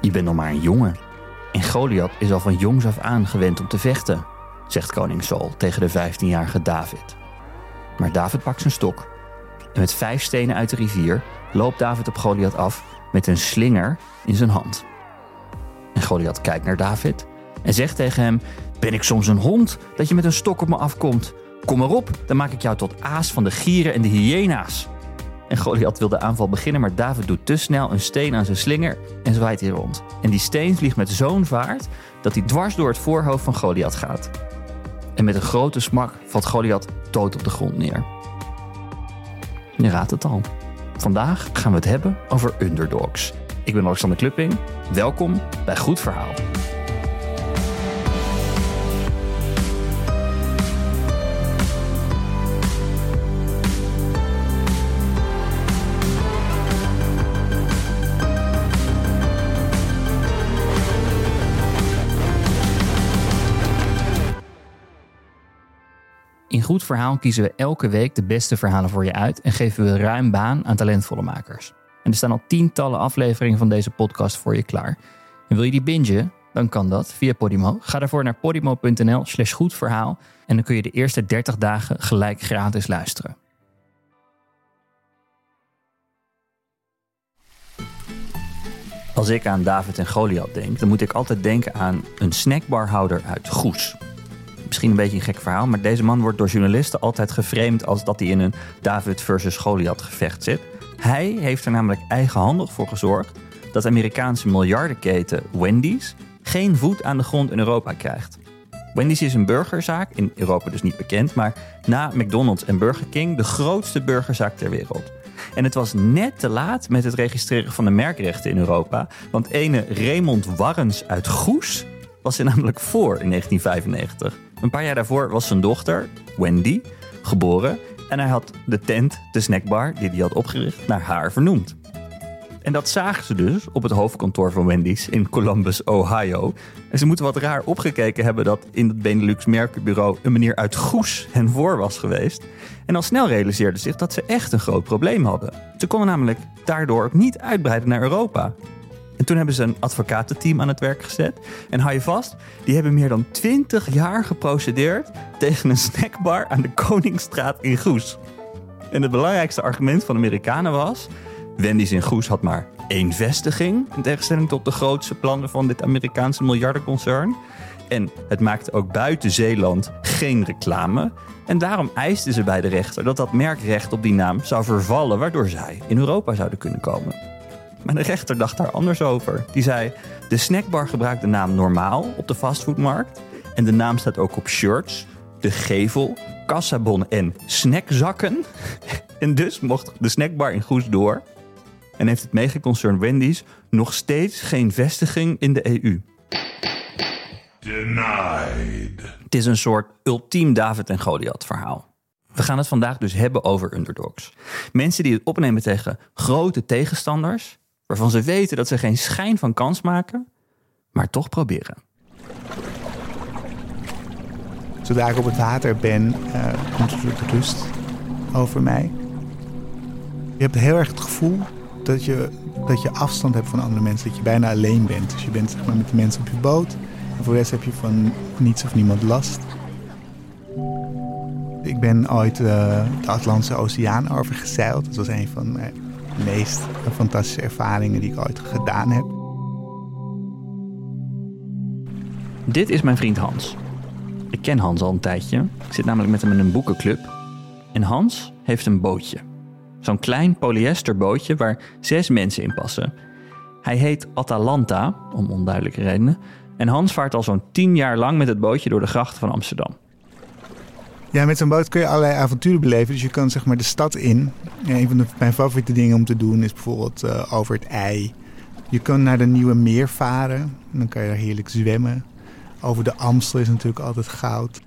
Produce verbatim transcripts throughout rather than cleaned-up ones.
Je bent nog maar een jongen. En Goliath is al van jongs af aan gewend om te vechten, zegt koning Saul tegen de vijftienjarige David. Maar David pakt zijn stok. En met vijf stenen uit de rivier loopt David op Goliath af met een slinger in zijn hand. En Goliath kijkt naar David en zegt tegen hem: ben ik soms een hond dat je met een stok op me afkomt? Kom maar op, dan maak ik jou tot aas van de gieren en de hyena's. En Goliath wil de aanval beginnen, maar David doet te snel een steen aan zijn slinger en zwaait hij rond. En die steen vliegt met zo'n vaart dat hij dwars door het voorhoofd van Goliath gaat. En met een grote smak valt Goliath dood op de grond neer. Je raadt het al. Vandaag gaan we het hebben over underdogs. Ik ben Alexander Klupping. Welkom bij Goed Verhaal. In Goed Verhaal kiezen we elke week de beste verhalen voor je uit en geven we ruim baan aan talentvolle makers. En er staan al tientallen afleveringen van deze podcast voor je klaar. En wil je die bingen? Dan kan dat via Podimo. Ga daarvoor naar podimo.nl slash goedverhaal en dan kun je de eerste dertig dagen gelijk gratis luisteren. Als ik aan David en Goliath denk, dan moet ik altijd denken aan een snackbarhouder uit Goes. Misschien een beetje een gek verhaal, maar deze man wordt door journalisten altijd geframed als dat hij in een David versus Goliath gevecht zit. Hij heeft er namelijk eigenhandig voor gezorgd dat de Amerikaanse miljardenketen Wendy's geen voet aan de grond in Europa krijgt. Wendy's is een burgerzaak, in Europa dus niet bekend, maar na McDonald's en Burger King de grootste burgerzaak ter wereld. En het was net te laat met het registreren van de merkrechten in Europa, want ene Raymond Warrens uit Goes was er namelijk voor in negentien vijfennegentig. Een paar jaar daarvoor was zijn dochter, Wendy, geboren en hij had de tent, de snackbar die hij had opgericht, naar haar vernoemd. En dat zagen ze dus op het hoofdkantoor van Wendy's in Columbus, Ohio. En ze moeten wat raar opgekeken hebben dat in het Benelux merkenbureau een meneer uit Goes hen voor was geweest. En al snel realiseerden zich dat ze echt een groot probleem hadden. Ze konden namelijk daardoor niet uitbreiden naar Europa. En toen hebben ze een advocatenteam aan het werk gezet. En hou je vast, die hebben meer dan twintig jaar geprocedeerd tegen een snackbar aan de Koningsstraat in Goes. En het belangrijkste argument van de Amerikanen was: Wendy's in Goes had maar één vestiging, in tegenstelling tot de grootste plannen van dit Amerikaanse miljardenconcern. En het maakte ook buiten Zeeland geen reclame. En daarom eisten ze bij de rechter dat dat merkrecht op die naam zou vervallen, waardoor zij in Europa zouden kunnen komen. Maar de rechter dacht daar anders over. Die zei: de snackbar gebruikt de naam normaal op de fastfoodmarkt. En de naam staat ook op shirts, de gevel, kassabon en snackzakken. En dus mocht de snackbar in Goes door. En heeft het megaconcern Wendy's nog steeds geen vestiging in de E U. Denied. Het is een soort ultiem David en Goliath verhaal. We gaan het vandaag dus hebben over underdogs. Mensen die het opnemen tegen grote tegenstanders, waarvan ze weten dat ze geen schijn van kans maken, maar toch proberen. Zodra ik op het water ben, uh, komt er een soort rust over mij. Je hebt heel erg het gevoel dat je, dat je afstand hebt van andere mensen, dat je bijna alleen bent. Dus je bent zeg maar met de mensen op je boot en voor de rest heb je van niets of niemand last. Ik ben ooit uh, de Atlantische Oceaan overgezeild. Dat was een van mijn meest fantastische ervaringen die ik ooit gedaan heb. Dit is mijn vriend Hans. Ik ken Hans al een tijdje. Ik zit namelijk met hem in een boekenclub. En Hans heeft een bootje. Zo'n klein polyesterbootje waar zes mensen in passen. Hij heet Atalanta, om onduidelijke redenen. En Hans vaart al zo'n tien jaar lang met het bootje door de grachten van Amsterdam. Ja, met zo'n boot kun je allerlei avonturen beleven. Dus je kan zeg maar de stad in. En een van de, mijn favoriete dingen om te doen is bijvoorbeeld uh, over het IJ. Je kan naar de Nieuwe Meer varen. En dan kan je daar heerlijk zwemmen. Over de Amstel is natuurlijk altijd goud.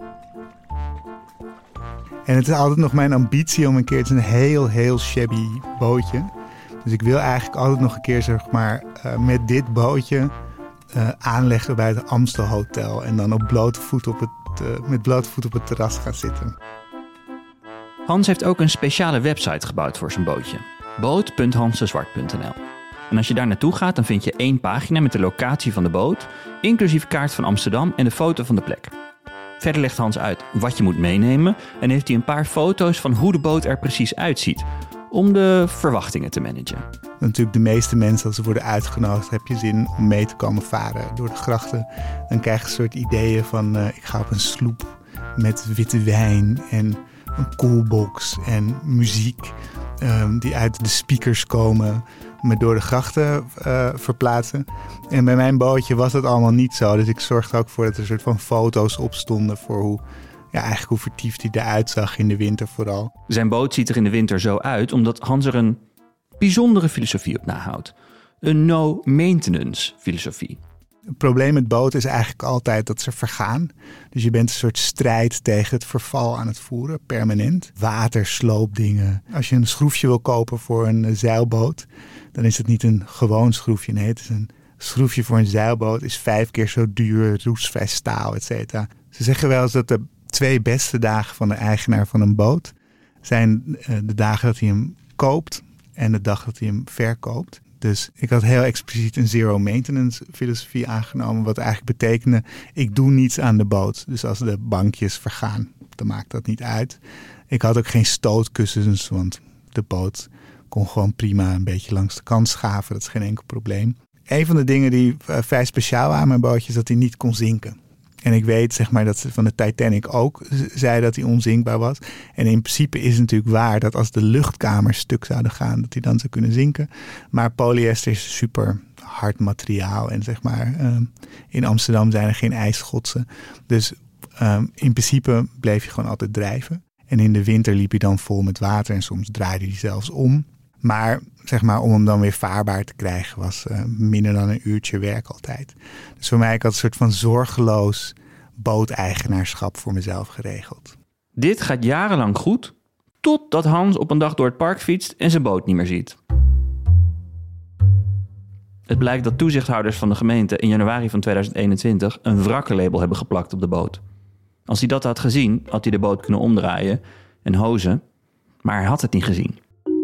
En het is altijd nog mijn ambitie om een keer... Het is een heel, heel shabby bootje. Dus ik wil eigenlijk altijd nog een keer zeg maar uh, met dit bootje... Uh, aanleggen bij het Amstel Hotel. En dan op blote voet op het, uh, met blote voet op het terras gaan zitten. Hans heeft ook een speciale website gebouwd voor zijn bootje. boot punt hans de zwart punt n l. En als je daar naartoe gaat, dan vind je één pagina met de locatie van de boot, inclusief kaart van Amsterdam en de foto van de plek. Verder legt Hans uit wat je moet meenemen en heeft hij een paar foto's van hoe de boot er precies uitziet, om de verwachtingen te managen. Natuurlijk de meeste mensen, als ze worden uitgenodigd, heb je zin om mee te komen varen door de grachten. Dan krijg je een soort ideeën van uh, ik ga op een sloep met witte wijn en een coolbox en muziek um, die uit de speakers komen, me door de grachten uh, verplaatsen. En bij mijn bootje was dat allemaal niet zo. Dus ik zorgde ook voor dat er een soort van foto's opstonden voor hoe, ja, eigenlijk hoe vertiefd hij eruit zag in de winter vooral. Zijn boot ziet er in de winter zo uit omdat Hans er een bijzondere filosofie op nahoudt. Een no-maintenance filosofie. Het probleem met boten is eigenlijk altijd dat ze vergaan. Dus je bent een soort strijd tegen het verval aan het voeren, permanent. Water, sloopdingen. Als je een schroefje wil kopen voor een zeilboot, dan is het niet een gewoon schroefje. Nee, het is een schroefje voor een zeilboot is vijf keer zo duur, roestvrij staal, et cetera. Ze zeggen wel eens dat de twee beste dagen van de eigenaar van een boot zijn de dagen dat hij hem koopt en de dag dat hij hem verkoopt. Dus ik had heel expliciet een zero maintenance filosofie aangenomen. Wat eigenlijk betekende, ik doe niets aan de boot. Dus als de bankjes vergaan, dan maakt dat niet uit. Ik had ook geen stootkussens, want de boot kon gewoon prima een beetje langs de kant schaven. Dat is geen enkel probleem. Een van de dingen die uh, vrij speciaal aan mijn bootje is dat hij niet kon zinken. En ik weet zeg maar dat ze van de Titanic ook zei dat hij onzinkbaar was. En in principe is het natuurlijk waar dat als de luchtkamers stuk zouden gaan, dat hij dan zou kunnen zinken. Maar polyester is super hard materiaal. En zeg maar um, in Amsterdam zijn er geen ijsschotsen. Dus um, in principe bleef je gewoon altijd drijven. En in de winter liep hij dan vol met water en soms draaide hij zelfs om. Maar zeg maar, om hem dan weer vaarbaar te krijgen was uh, minder dan een uurtje werk altijd. Dus voor mij, ik had een soort van zorgeloos booteigenaarschap voor mezelf geregeld. Dit gaat jarenlang goed, totdat Hans op een dag door het park fietst en zijn boot niet meer ziet. Het blijkt dat toezichthouders van de gemeente in januari van tweeduizend eenentwintig een wrakkenlabel hebben geplakt op de boot. Als hij dat had gezien, had hij de boot kunnen omdraaien en hozen, maar hij had het niet gezien.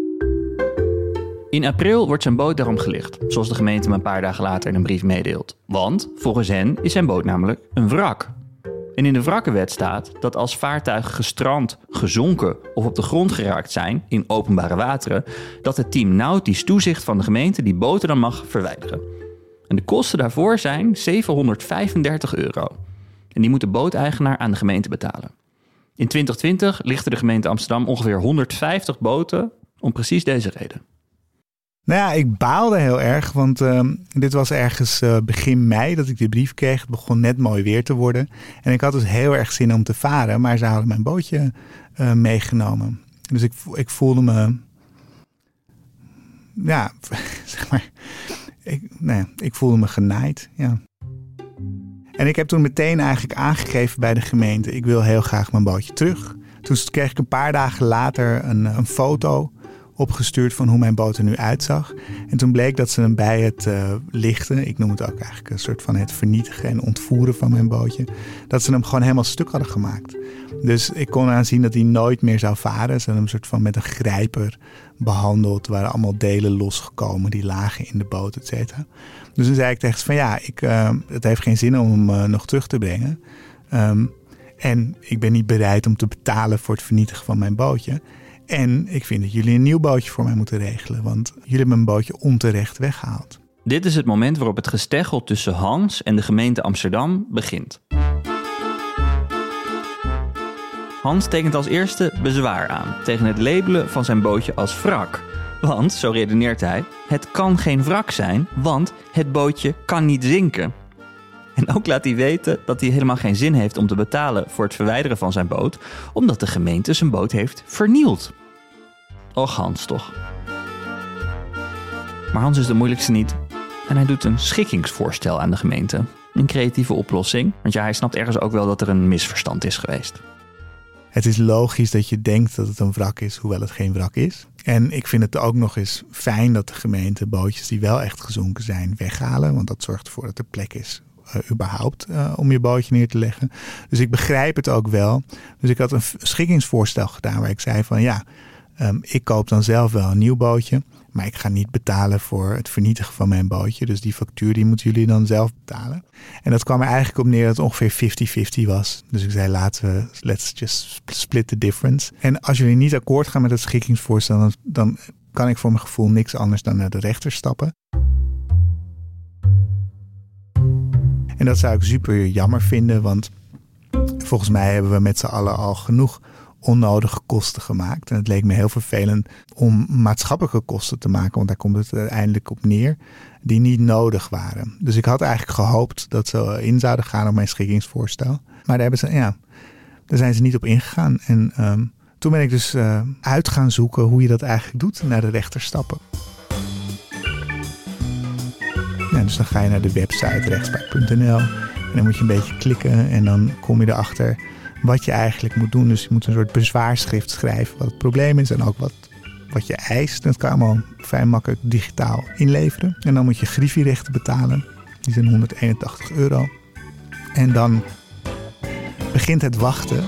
In april wordt zijn boot daarom gelicht, zoals de gemeente hem een paar dagen later in een brief meedeelt. Want volgens hen is zijn boot namelijk een wrak. En in de wrakkenwet staat dat als vaartuigen gestrand, gezonken of op de grond geraakt zijn in openbare wateren, dat het team nautisch toezicht van de gemeente die boten dan mag verwijderen. En de kosten daarvoor zijn zevenhonderdvijfendertig euro. En die moet de booteigenaar aan de gemeente betalen. In twintig twintig lichtte de gemeente Amsterdam ongeveer honderdvijftig boten om precies deze reden. Nou ja, ik baalde heel erg, want uh, dit was ergens uh, begin mei dat ik die brief kreeg. Het begon net mooi weer te worden. En ik had dus heel erg zin om te varen, maar ze hadden mijn bootje uh, meegenomen. Dus ik, ik voelde me, ja, zeg maar, ik, nee, ik voelde me genaaid, ja. En ik heb toen meteen eigenlijk aangegeven bij de gemeente, ik wil heel graag mijn bootje terug. Toen kreeg ik een paar dagen later een, een foto opgestuurd van hoe mijn boot er nu uitzag. En toen bleek dat ze hem bij het uh, lichten, ik noem het ook eigenlijk een soort van het vernietigen en ontvoeren van mijn bootje, dat ze hem gewoon helemaal stuk hadden gemaakt. Dus ik kon aanzien dat hij nooit meer zou varen. Ze hadden hem een soort van met een grijper behandeld. Er waren allemaal delen losgekomen die lagen in de boot, et cetera. Dus toen zei ik tegen ze van ja, ik, uh, het heeft geen zin om hem uh, nog terug te brengen. Um, en ik ben niet bereid om te betalen voor het vernietigen van mijn bootje. En ik vind dat jullie een nieuw bootje voor mij moeten regelen. Want jullie hebben mijn bootje onterecht weggehaald. Dit is het moment waarop het gesteggel tussen Hans en de gemeente Amsterdam begint. Hans tekent als eerste bezwaar aan tegen het labelen van zijn bootje als wrak. Want, zo redeneert hij, het kan geen wrak zijn, want het bootje kan niet zinken. En ook laat hij weten dat hij helemaal geen zin heeft om te betalen voor het verwijderen van zijn boot, omdat de gemeente zijn boot heeft vernield. Och, Hans toch. Maar Hans is de moeilijkste niet. En hij doet een schikkingsvoorstel aan de gemeente. Een creatieve oplossing. Want ja, hij snapt ergens ook wel dat er een misverstand is geweest. Het is logisch dat je denkt dat het een wrak is, hoewel het geen wrak is. En ik vind het ook nog eens fijn dat de gemeente bootjes die wel echt gezonken zijn weghalen. Want dat zorgt ervoor dat er plek is Uh, überhaupt uh, om je bootje neer te leggen. Dus ik begrijp het ook wel. Dus ik had een schikkingsvoorstel gedaan waar ik zei van ja, Um, ik koop dan zelf wel een nieuw bootje. Maar ik ga niet betalen voor het vernietigen van mijn bootje. Dus die factuur die moeten jullie dan zelf betalen. En dat kwam er eigenlijk op neer dat het ongeveer vijftig vijftig was. Dus ik zei laten we, let's just split the difference. En als jullie niet akkoord gaan met het schikkingsvoorstel, dan, dan kan ik voor mijn gevoel niks anders dan naar de rechter stappen. En dat zou ik super jammer vinden, want volgens mij hebben we met z'n allen al genoeg onnodige kosten gemaakt. En het leek me heel vervelend om maatschappelijke kosten te maken, want daar komt het uiteindelijk op neer, die niet nodig waren. Dus ik had eigenlijk gehoopt dat ze in zouden gaan op mijn schikkingsvoorstel. Maar daar, hebben ze, ja, daar zijn ze niet op ingegaan. En um, toen ben ik dus uh, uit gaan zoeken hoe je dat eigenlijk doet, naar de rechter stappen. Ja, dus dan ga je naar de website rechtspraak punt n l en dan moet je een beetje klikken en dan kom je erachter wat je eigenlijk moet doen. Dus je moet een soort bezwaarschrift schrijven wat het probleem is en ook wat, wat je eist. Dat kan je allemaal vrij makkelijk digitaal inleveren. En dan moet je griffierechten betalen. Die zijn honderdeenentachtig euro. En dan begint het wachten.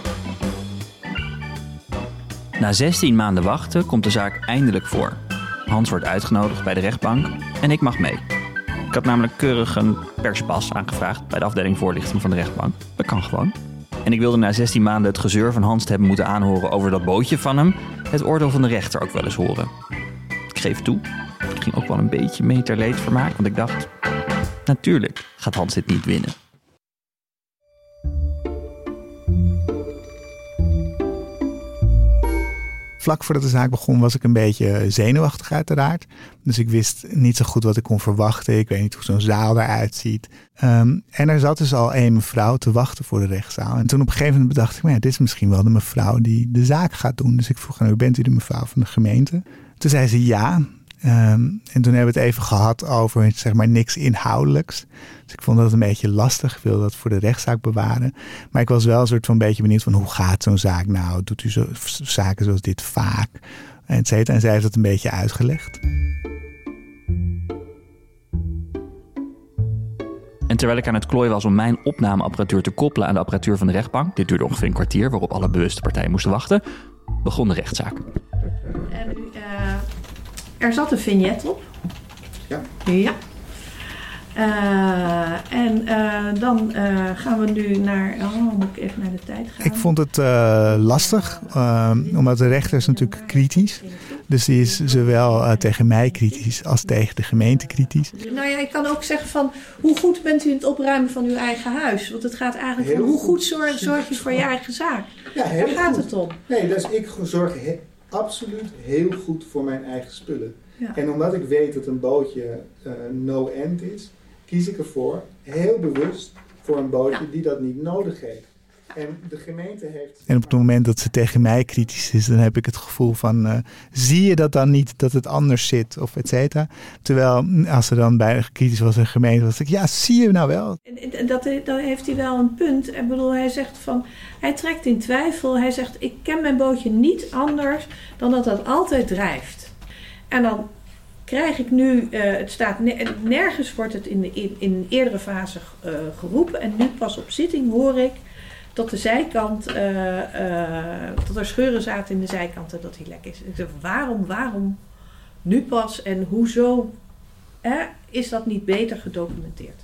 Na zestien maanden wachten komt de zaak eindelijk voor. Hans wordt uitgenodigd bij de rechtbank en ik mag mee. Ik had namelijk keurig een perspas aangevraagd bij de afdeling voorlichting van de rechtbank. Dat kan gewoon. En ik wilde na zestien maanden het gezeur van Hans te hebben moeten aanhoren over dat bootje van hem, het oordeel van de rechter ook wel eens horen. Ik geef toe, ik ging ook wel een beetje mee ter leedvermaak, want ik dacht, natuurlijk gaat Hans dit niet winnen. Vlak voordat de zaak begon was ik een beetje zenuwachtig uiteraard. Dus ik wist niet zo goed wat ik kon verwachten. Ik weet niet hoe zo'n zaal eruit ziet. Um, en er zat dus al een mevrouw te wachten voor de rechtszaal. En toen op een gegeven moment bedacht ik, maar ja, dit is misschien wel de mevrouw die de zaak gaat doen. Dus ik vroeg aan haar, bent u de mevrouw van de gemeente? Toen zei ze ja. Um, en toen hebben we het even gehad over, zeg maar, niks inhoudelijks. Dus ik vond dat een beetje lastig. Ik wilde dat voor de rechtszaak bewaren. Maar ik was wel een soort van beetje benieuwd van, hoe gaat zo'n zaak nou? Doet u zo, zaken zoals dit vaak? Et cetera. En zij heeft dat een beetje uitgelegd. En terwijl ik aan het klooien was om mijn opnameapparatuur te koppelen aan de apparatuur van de rechtbank, dit duurde ongeveer een kwartier waarop alle bewuste partijen moesten wachten, begon de rechtszaak. En nu, uh, er zat een vignet op. Ja. Ja. Uh, en uh, dan uh, gaan we nu naar... Oh, moet ik even naar de tijd gaan. Ik vond het uh, lastig, uh, omdat de rechter is natuurlijk kritisch. Dus die is zowel uh, tegen mij kritisch als tegen de gemeente kritisch. Nou ja, ik kan ook zeggen van, hoe goed bent u in het opruimen van uw eigen huis? Want het gaat eigenlijk heel van, hoe goed zorg, zorg je voor je eigen zaak? Ja, heel Daar gaat goed. het om. Nee, dus ik zorg he- absoluut heel goed voor mijn eigen spullen. Ja. En omdat ik weet dat een bootje uh, no-end is, kies ik ervoor, heel bewust, voor een bootje die dat niet nodig heeft. En de gemeente heeft... En op het moment dat ze tegen mij kritisch is, dan heb ik het gevoel van, uh, zie je dat dan niet, dat het anders zit, of et cetera. Terwijl, als ze dan bij kritisch was een gemeente, was ik, ja, zie je nou wel. En, en dat, dat heeft hij wel een punt. Ik bedoel, hij zegt van, hij trekt in twijfel. Hij zegt, ik ken mijn bootje niet anders dan dat dat altijd drijft. En dan krijg ik nu, uh, het staat nergens wordt het in, de, in, in een eerdere fase uh, geroepen. En nu pas op zitting hoor ik dat de zijkant, uh, uh, dat er scheuren zaten in de zijkanten, dat hij lek is. Ik zeg, waarom, waarom nu pas en hoezo eh, is dat niet beter gedocumenteerd?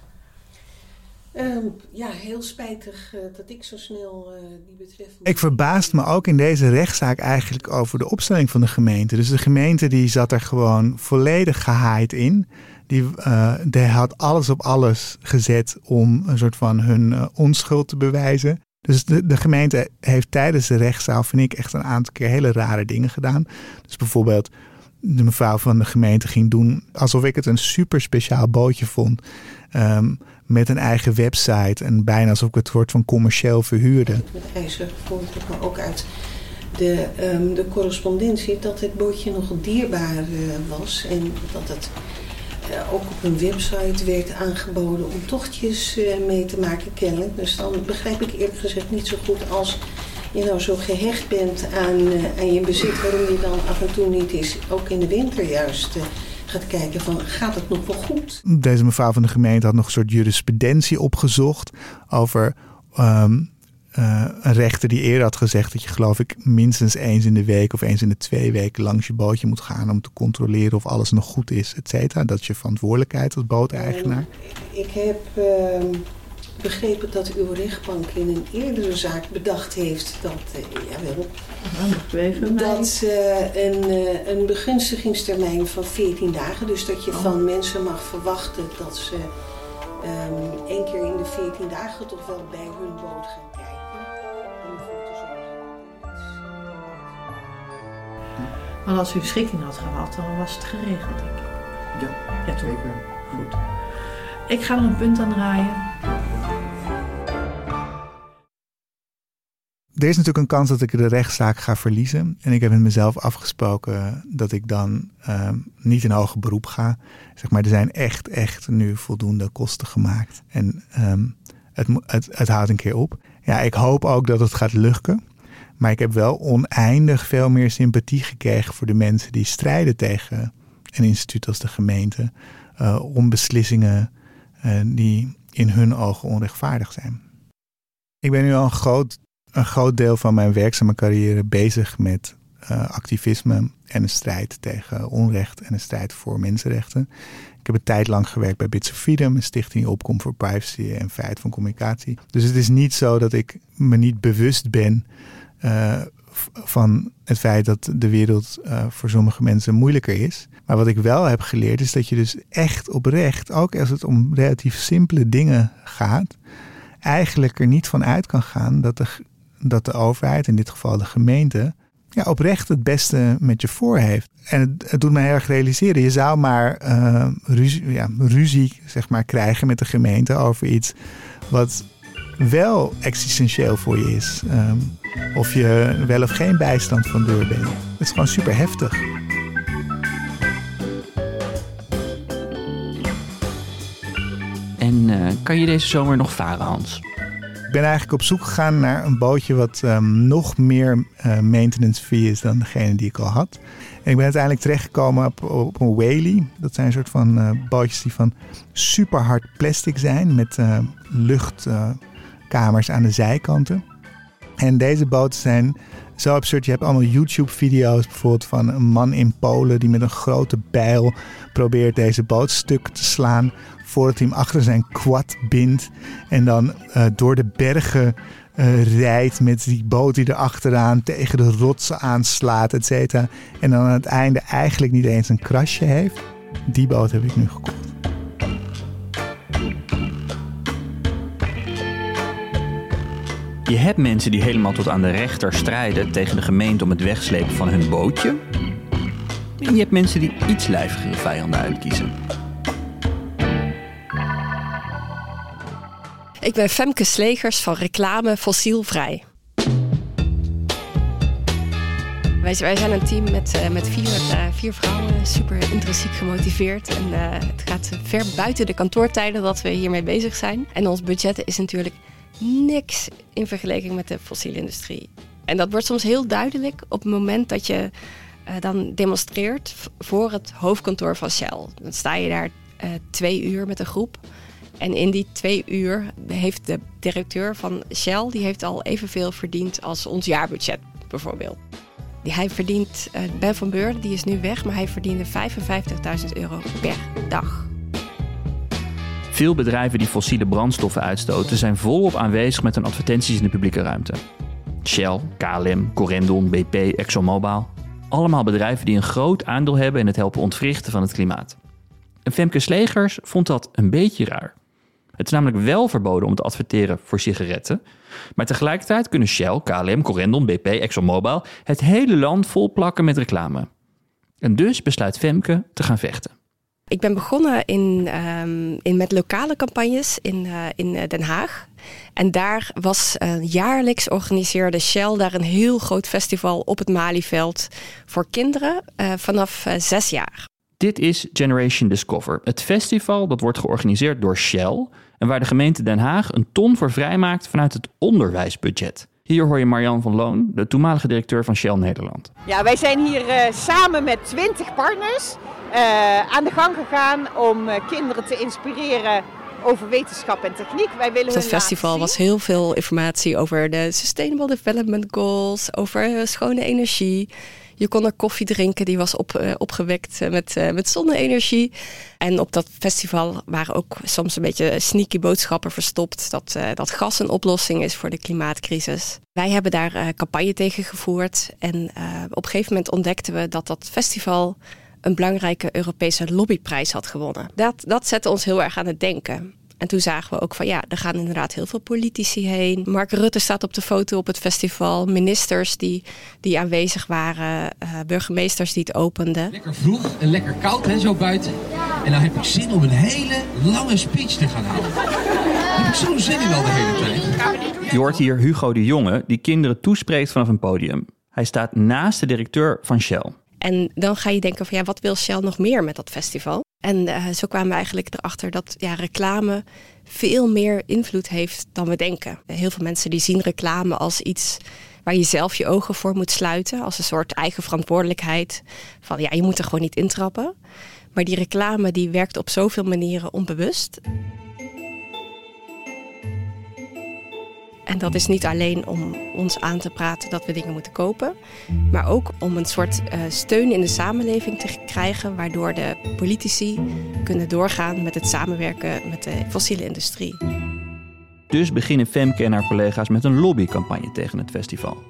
Um, ja, heel spijtig uh, dat ik zo snel uh, die betreffende... Ik verbaasd me ook in deze rechtszaak eigenlijk over de opstelling van de gemeente. Dus de gemeente die zat er gewoon volledig gehaaid in. Die, uh, die had alles op alles gezet om een soort van hun uh, onschuld te bewijzen. Dus de, de gemeente heeft tijdens de rechtszaal, vind ik, echt een aantal keer hele rare dingen gedaan. Dus bijvoorbeeld, de mevrouw van de gemeente ging doen alsof ik het een super speciaal bootje vond. Um, met een eigen website en bijna alsof ik het soort van commercieel verhuurde. Met ijzer vond ik maar ook uit de, um, de correspondentie dat het bootje nog dierbaar uh, was. En dat het uh, ook op een website werd aangeboden om tochtjes uh, mee te maken kennelijk. Dus dan begrijp ik eerlijk gezegd niet zo goed als je nou zo gehecht bent aan, uh, aan je bezit, waarom je dan af en toe niet eens, ook in de winter juist, uh, gaat kijken van, gaat het nog wel goed? Deze mevrouw van de gemeente had nog een soort jurisprudentie opgezocht over um, uh, een rechter die eerder had gezegd dat je geloof ik minstens eens in de week of eens in de twee weken langs je bootje moet gaan om te controleren of alles nog goed is, et cetera. Dat is je verantwoordelijkheid als booteigenaar. Uh, ik heb uh, begrepen dat uw rechtbank in een eerdere zaak bedacht heeft dat, uh, jawel, dat uh, een, uh, een begunstigingstermijn van veertien dagen, dus dat je oh. van mensen mag verwachten dat ze um, één keer in de veertien dagen toch wel bij hun boot gaan kijken. Om ervoor te zorgen. Maar als u schikking had gehad, dan was het geregeld, denk ik. Ja, ja toch? zeker. Goed. Ik ga er een punt aan draaien. Er is natuurlijk een kans dat ik de rechtszaak ga verliezen. En ik heb met mezelf afgesproken dat ik dan uh, niet in hoger beroep ga. Zeg maar, er zijn echt, echt nu voldoende kosten gemaakt. En um, het, het, het houdt een keer op. Ja, ik hoop ook dat het gaat lukken. Maar ik heb wel oneindig veel meer sympathie gekregen voor de mensen die strijden tegen een instituut als de gemeente. Uh, om beslissingen uh, die in hun ogen onrechtvaardig zijn. Ik ben nu al een groot... een groot deel van mijn werkzame carrière bezig met uh, activisme en een strijd tegen onrecht en een strijd voor mensenrechten. Ik heb een tijd lang gewerkt bij Bits of Freedom, een stichting die opkomt voor privacy en vrijheid van communicatie. Dus het is niet zo dat ik me niet bewust ben uh, van het feit dat de wereld uh, voor sommige mensen moeilijker is. Maar wat ik wel heb geleerd is dat je dus echt oprecht, ook als het om relatief simpele dingen gaat, eigenlijk er niet van uit kan gaan dat de dat de overheid, in dit geval de gemeente, ja, oprecht het beste met je voor heeft. En het, het doet mij heel erg realiseren. Je zou maar uh, ruzie, ja, ruzie zeg maar, krijgen met de gemeente over iets wat wel existentieel voor je is. Um, of je wel of geen bijstand van door bent. Het is gewoon super heftig. En uh, kan je deze zomer nog varen, Hans? Ik ben eigenlijk op zoek gegaan naar een bootje wat um, nog meer uh, maintenance free is dan degene die ik al had. En ik ben uiteindelijk terechtgekomen op, op een whaley. Dat zijn een soort van uh, bootjes die van super hard plastic zijn met uh, luchtkamers uh, aan de zijkanten. En deze boten zijn zo absurd. Je hebt allemaal YouTube-video's bijvoorbeeld van een man in Polen die met een grote bijl probeert deze boot stuk te slaan voordat hij hem achter zijn quad bindt en dan uh, door de bergen uh, rijdt met die boot die erachteraan tegen de rotsen aanslaat, et cetera. En dan aan het einde eigenlijk niet eens een krasje heeft. Die boot heb ik nu gekocht. Je hebt mensen die helemaal tot aan de rechter strijden tegen de gemeente om het wegslepen van hun bootje. En je hebt mensen die iets lijvigere vijanden uitkiezen. Ik ben Femke Slegers van Reclame Fossielvrij. Wij, wij zijn een team met, uh, met vier, uh, vier vrouwen, super intrinsiek gemotiveerd. En uh, het gaat ver buiten de kantoortijden dat we hiermee bezig zijn. En ons budget is natuurlijk niks in vergelijking met de fossiele industrie. En dat wordt soms heel duidelijk op het moment dat je uh, dan demonstreert voor het hoofdkantoor van Shell. Dan sta je daar uh, twee uur met een groep. En in die twee uur heeft de directeur van Shell, die heeft al evenveel verdiend als ons jaarbudget bijvoorbeeld. Hij verdient, uh, Ben van Beurden, die is nu weg, maar hij verdiende vijfenvijftigduizend euro per dag. Veel bedrijven die fossiele brandstoffen uitstoten zijn volop aanwezig met hun advertenties in de publieke ruimte. Shell, K L M, Corendon, B P, ExxonMobil. Allemaal bedrijven die een groot aandeel hebben in het helpen ontwrichten van het klimaat. En Femke Slegers vond dat een beetje raar. Het is namelijk wel verboden om te adverteren voor sigaretten. Maar tegelijkertijd kunnen Shell, K L M, Corendon, B P, ExxonMobil het hele land vol plakken met reclame. En dus besluit Femke te gaan vechten. Ik ben begonnen in, um, in met lokale campagnes in, uh, in Den Haag. En daar was uh, jaarlijks organiseerde Shell daar een heel groot festival op het Malieveld voor kinderen uh, vanaf uh, zes jaar. Dit is Generation Discover, het festival dat wordt georganiseerd door Shell en waar de gemeente Den Haag een ton voor vrijmaakt vanuit het onderwijsbudget. Hier hoor je Marianne van Loon, de toenmalige directeur van Shell Nederland. Ja, wij zijn hier uh, samen met twintig partners uh, aan de gang gegaan om uh, kinderen te inspireren over wetenschap en techniek. Wij willen Het festival was heel veel informatie over de Sustainable Development Goals, over schone energie. Je kon er koffie drinken, die was op, uh, opgewekt met, uh, met zonne-energie. En op dat festival waren ook soms een beetje sneaky boodschappen verstopt. Dat, uh, dat gas een oplossing is voor de klimaatcrisis. Wij hebben daar uh, campagne tegen gevoerd. En uh, op een gegeven moment ontdekten we dat dat festival een belangrijke Europese lobbyprijs had gewonnen. Dat, dat zette ons heel erg aan het denken. En toen zagen we ook van ja, er gaan inderdaad heel veel politici heen. Mark Rutte staat op de foto op het festival. Ministers die, die aanwezig waren. Uh, burgemeesters die het openden. Lekker vroeg en lekker koud hè, zo buiten. En dan heb ik zin om een hele lange speech te gaan houden. Heb ik zo'n zin in al de hele tijd. Je hoort hier Hugo de Jonge die kinderen toespreekt vanaf een podium. Hij staat naast de directeur van Shell. En dan ga je denken van ja, wat wil Shell nog meer met dat festival? En uh, zo kwamen we eigenlijk erachter dat ja, reclame veel meer invloed heeft dan we denken. Heel veel mensen die zien reclame als iets waar je zelf je ogen voor moet sluiten. Als een soort eigen verantwoordelijkheid. Van ja, je moet er gewoon niet intrappen. Maar die reclame die werkt op zoveel manieren onbewust. En dat is niet alleen om ons aan te praten dat we dingen moeten kopen, maar ook om een soort uh, steun in de samenleving te krijgen, waardoor de politici kunnen doorgaan met het samenwerken met de fossiele industrie. Dus beginnen Femke en haar collega's met een lobbycampagne tegen het festival.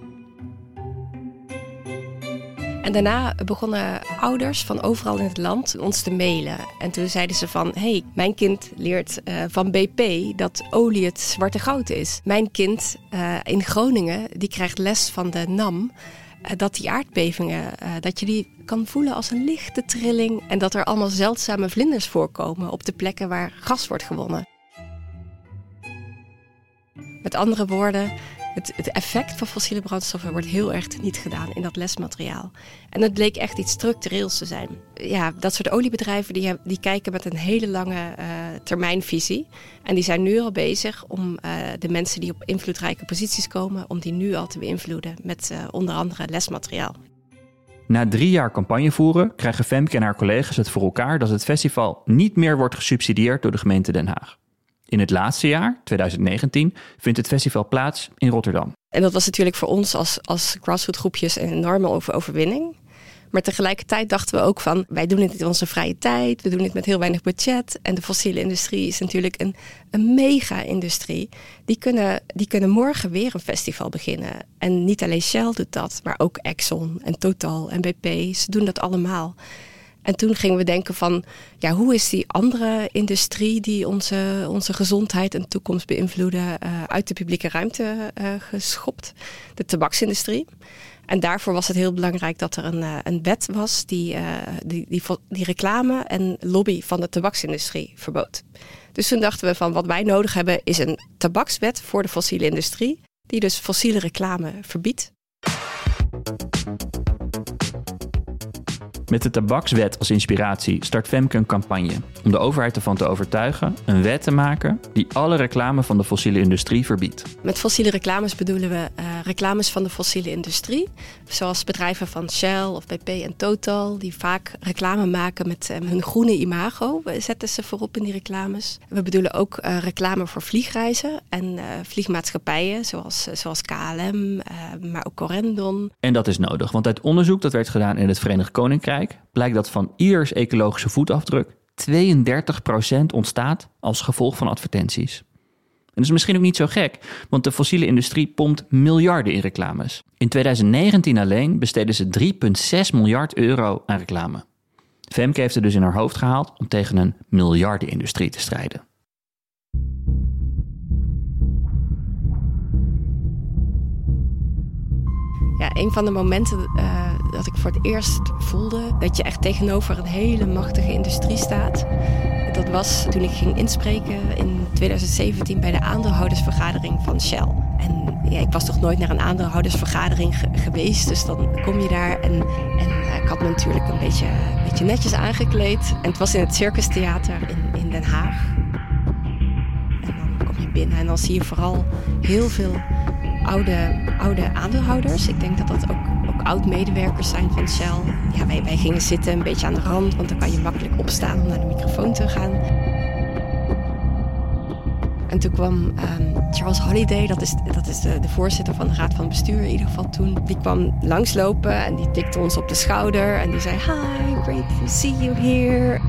En daarna begonnen ouders van overal in het land ons te mailen. En toen zeiden ze van, hé, hey, mijn kind leert uh, van B P dat olie het zwarte goud is. Mijn kind uh, in Groningen, die krijgt les van de N A M. Uh, dat die aardbevingen, uh, dat je die kan voelen als een lichte trilling. En dat er allemaal zeldzame vlinders voorkomen op de plekken waar gas wordt gewonnen. Met andere woorden, Het, het effect van fossiele brandstoffen wordt heel erg niet gedaan in dat lesmateriaal. En het bleek echt iets structureels te zijn. Ja, dat soort oliebedrijven die, die kijken met een hele lange uh, termijnvisie. En die zijn nu al bezig om uh, de mensen die op invloedrijke posities komen, om die nu al te beïnvloeden met uh, onder andere lesmateriaal. Na drie jaar campagne voeren krijgen Femke en haar collega's het voor elkaar dat het festival niet meer wordt gesubsidieerd door de gemeente Den Haag. In het laatste jaar, twintig negentien, vindt het festival plaats in Rotterdam. En dat was natuurlijk voor ons als, als grassroots groepjes een enorme over- overwinning. Maar tegelijkertijd dachten we ook van, wij doen dit in onze vrije tijd. We doen dit met heel weinig budget. En de fossiele industrie is natuurlijk een, een mega-industrie. Die kunnen, die kunnen morgen weer een festival beginnen. En niet alleen Shell doet dat, maar ook Exxon en Total en B P. Ze doen dat allemaal. En toen gingen we denken van, ja, hoe is die andere industrie die onze, onze gezondheid en toekomst beïnvloeden uh, uit de publieke ruimte uh, geschopt? De tabaksindustrie. En daarvoor was het heel belangrijk dat er een, uh, een wet was die, uh, die, die, die reclame en lobby van de tabaksindustrie verbood. Dus toen dachten we van, wat wij nodig hebben is een tabakswet voor de fossiele industrie, die dus fossiele reclame verbiedt. Met de tabakswet als inspiratie start Femke een campagne om de overheid ervan te overtuigen een wet te maken die alle reclame van de fossiele industrie verbiedt. Met fossiele reclames bedoelen we uh, reclames van de fossiele industrie. Zoals bedrijven van Shell of B P en Total, die vaak reclame maken met uh, hun groene imago. We zetten ze voorop in die reclames. We bedoelen ook uh, reclame voor vliegreizen en uh, vliegmaatschappijen zoals, uh, zoals K L M, uh, maar ook Corendon. En dat is nodig, want uit onderzoek dat werd gedaan in het Verenigd Koninkrijk blijkt dat van ieders ecologische voetafdruk tweeëndertig procent ontstaat als gevolg van advertenties. En dat is misschien ook niet zo gek, want de fossiele industrie pompt miljarden in reclames. In twintig negentien alleen besteden ze drie komma zes miljard euro aan reclame. Femke heeft het dus in haar hoofd gehaald om tegen een miljardenindustrie te strijden. Ja, een van de momenten uh, dat ik voor het eerst voelde dat je echt tegenover een hele machtige industrie staat. Dat was toen ik ging inspreken in twintig zeventien bij de aandeelhoudersvergadering van Shell. En ja, ik was nog nooit naar een aandeelhoudersvergadering ge- geweest, dus dan kom je daar en, en uh, ik had me natuurlijk een beetje, een beetje netjes aangekleed. En het was in het Circus Theater in, in Den Haag. En dan kom je binnen en dan zie je vooral heel veel Oude, oude aandeelhouders. Ik denk dat dat ook, ook oud-medewerkers zijn van Shell. Ja, wij, wij gingen zitten een beetje aan de rand, want dan kan je makkelijk opstaan om naar de microfoon te gaan. En toen kwam um, Charles Holliday, dat is, dat is de, de voorzitter van de raad van bestuur in ieder geval toen. Die kwam langslopen en die tikte ons op de schouder en die zei: "Hi, great to see you here."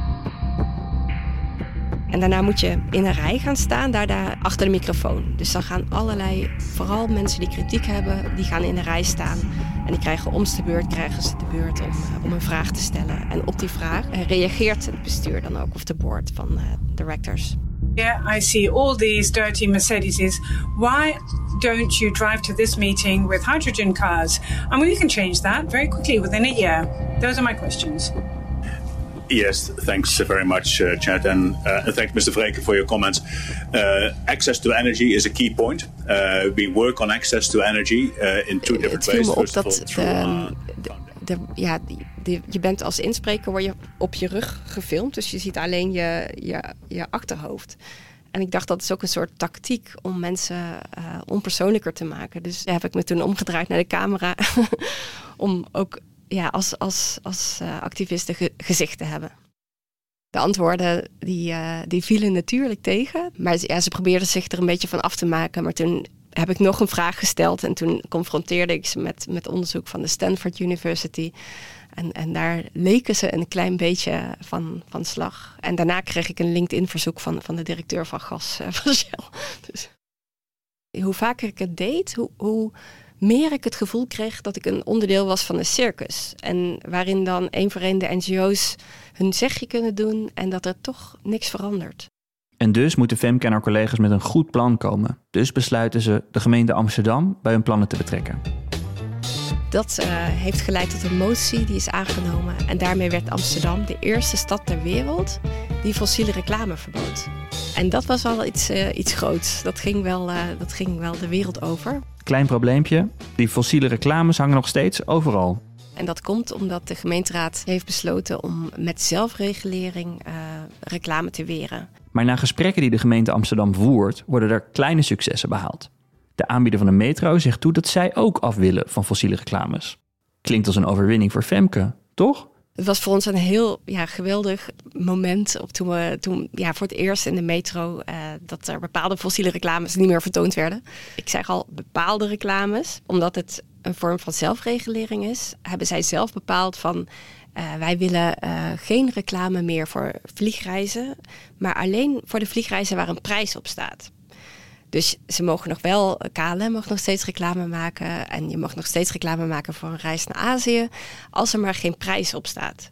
En daarna moet je in een rij gaan staan, daar, daar achter de microfoon. Dus dan gaan allerlei, vooral mensen die kritiek hebben, die gaan in een rij staan. En die krijgen om de beurt, krijgen ze de beurt om, om een vraag te stellen. En op die vraag reageert het bestuur dan ook, of de board van uh, directors. Yeah, I see all these dirty Mercedeses. Why don't you drive to this meeting with hydrogen cars? And we can change that very quickly within a year. Those are my questions. Yes, thanks very much, uh, Chad, and uh, thanks, Mister Vreken, for your comments. Uh, access to energy is a key point. Uh, we work on access to energy uh, in two different ways. Het viel me op dat de, de, de, ja, die, de, je bent als inspreker word je op je rug gefilmd, dus je ziet alleen je, je, je achterhoofd. En ik dacht dat is ook een soort tactiek om mensen uh, onpersoonlijker te maken. Dus heb ik me toen omgedraaid naar de camera om ook ja, als, als, als uh, activisten ge- gezicht te hebben. De antwoorden die, uh, die vielen natuurlijk tegen. Maar ja, ze probeerden zich er een beetje van af te maken. Maar toen heb ik nog een vraag gesteld. En toen confronteerde ik ze met, met onderzoek van de Stanford University. En, en daar leken ze een klein beetje van, van slag. En daarna kreeg ik een LinkedIn-verzoek van, van de directeur van gas uh, van Shell. Dus hoe vaker ik het deed, hoe... hoe meer ik het gevoel kreeg dat ik een onderdeel was van een circus. En waarin dan één voor één de N G O's hun zegje kunnen doen en dat er toch niks verandert. En dus moeten Femke en haar collega's met een goed plan komen. Dus besluiten ze de gemeente Amsterdam bij hun plannen te betrekken. Dat uh, heeft geleid tot een motie die is aangenomen. En daarmee werd Amsterdam de eerste stad ter wereld die fossiele reclame verbood. En dat was al iets, uh, iets groots. Dat ging, wel, uh, dat ging wel de wereld over. Klein probleempje, die fossiele reclames hangen nog steeds overal. En dat komt omdat de gemeenteraad heeft besloten om met zelfregulering uh, reclame te weren. Maar na gesprekken die de gemeente Amsterdam voert, worden er kleine successen behaald. De aanbieder van de metro zegt toe dat zij ook af willen van fossiele reclames. Klinkt als een overwinning voor Femke, toch? Het was voor ons een heel ja, geweldig moment op toen we toen, ja, voor het eerst in de metro uh, dat er bepaalde fossiele reclames niet meer vertoond werden. Ik zeg al bepaalde reclames, omdat het een vorm van zelfregulering is, hebben zij zelf bepaald van uh, wij willen uh, geen reclame meer voor vliegreizen, maar alleen voor de vliegreizen waar een prijs op staat. Dus ze mogen nog wel, K L M mag nog steeds reclame maken en je mag nog steeds reclame maken voor een reis naar Azië, als er maar geen prijs op staat.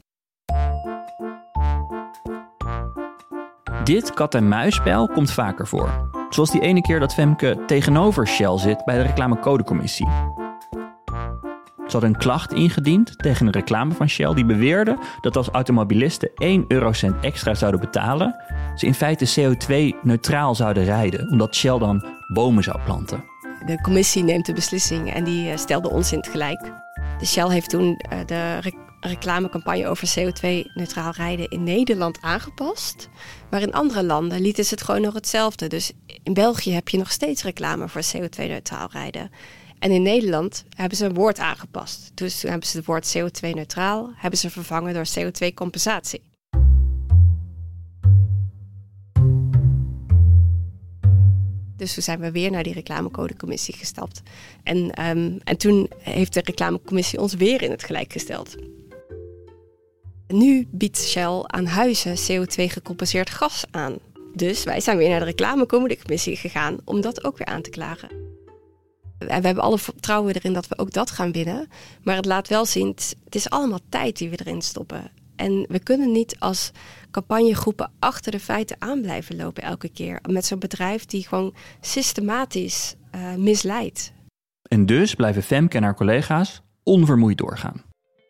Dit kat-en-muisspel komt vaker voor. Zoals die ene keer dat Femke tegenover Shell zit bij de reclamecodecommissie. Ze hadden een klacht ingediend tegen een reclame van Shell die beweerde dat als automobilisten één eurocent extra zouden betalen, ze in feite C O twee neutraal zouden rijden, omdat Shell dan bomen zou planten. De commissie neemt de beslissing en die stelde ons in het gelijk. De Shell heeft toen de re- reclamecampagne over C O twee neutraal rijden in Nederland aangepast. Maar in andere landen lieten ze het gewoon nog hetzelfde. Dus in België heb je nog steeds reclame voor C O twee neutraal rijden. En in Nederland hebben ze een woord aangepast. Dus toen hebben ze het woord C O twee neutraal hebben ze vervangen door C O twee compensatie. Dus toen zijn we weer naar die reclamecodecommissie gestapt. En, um, en toen heeft de reclamecommissie ons weer in het gelijk gesteld. Nu biedt Shell aan huizen C O twee gecompenseerd gas aan. Dus wij zijn weer naar de reclamecodecommissie gegaan om dat ook weer aan te klagen. En we hebben alle vertrouwen erin dat we ook dat gaan winnen. Maar het laat wel zien, het is allemaal tijd die we erin stoppen. En we kunnen niet als campagnegroepen achter de feiten aan blijven lopen elke keer. Met zo'n bedrijf die gewoon systematisch uh, misleidt. En dus blijven Femke en haar collega's onvermoeid doorgaan.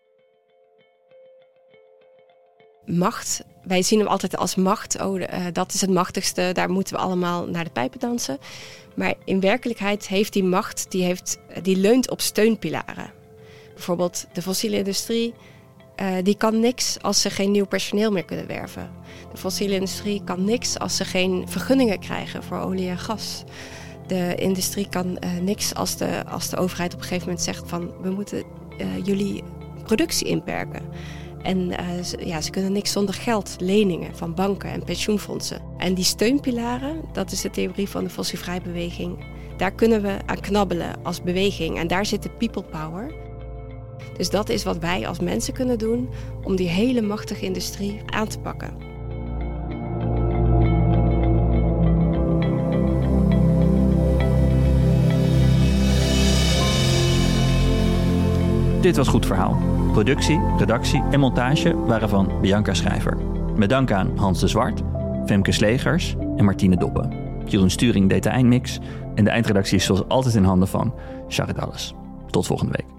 Macht, wij zien hem altijd als macht. Oh, uh, dat is het machtigste, daar moeten we allemaal naar de pijpen dansen. Maar in werkelijkheid heeft die macht, die, heeft, die leunt op steunpilaren. Bijvoorbeeld de fossiele industrie, uh, die kan niks als ze geen nieuw personeel meer kunnen werven. De fossiele industrie kan niks als ze geen vergunningen krijgen voor olie en gas. De industrie kan uh, niks als de, als de overheid op een gegeven moment zegt van we moeten uh, jullie productie inperken. En uh, ze, ja, ze kunnen niks zonder geld, leningen van banken en pensioenfondsen. En die steunpilaren, dat is de theorie van de fossielvrijbeweging. Daar kunnen we aan knabbelen als beweging. En daar zit de people power. Dus dat is wat wij als mensen kunnen doen om die hele machtige industrie aan te pakken. Dit was Goed Verhaal. Productie, redactie en montage waren van Bianca Schrijver. Met dank aan Hans de Zwart, Femke Slegers en Martine Doppen. Jeroen Sturing deed de eindmix en de eindredactie is zoals altijd in handen van Charit Alles. Tot volgende week.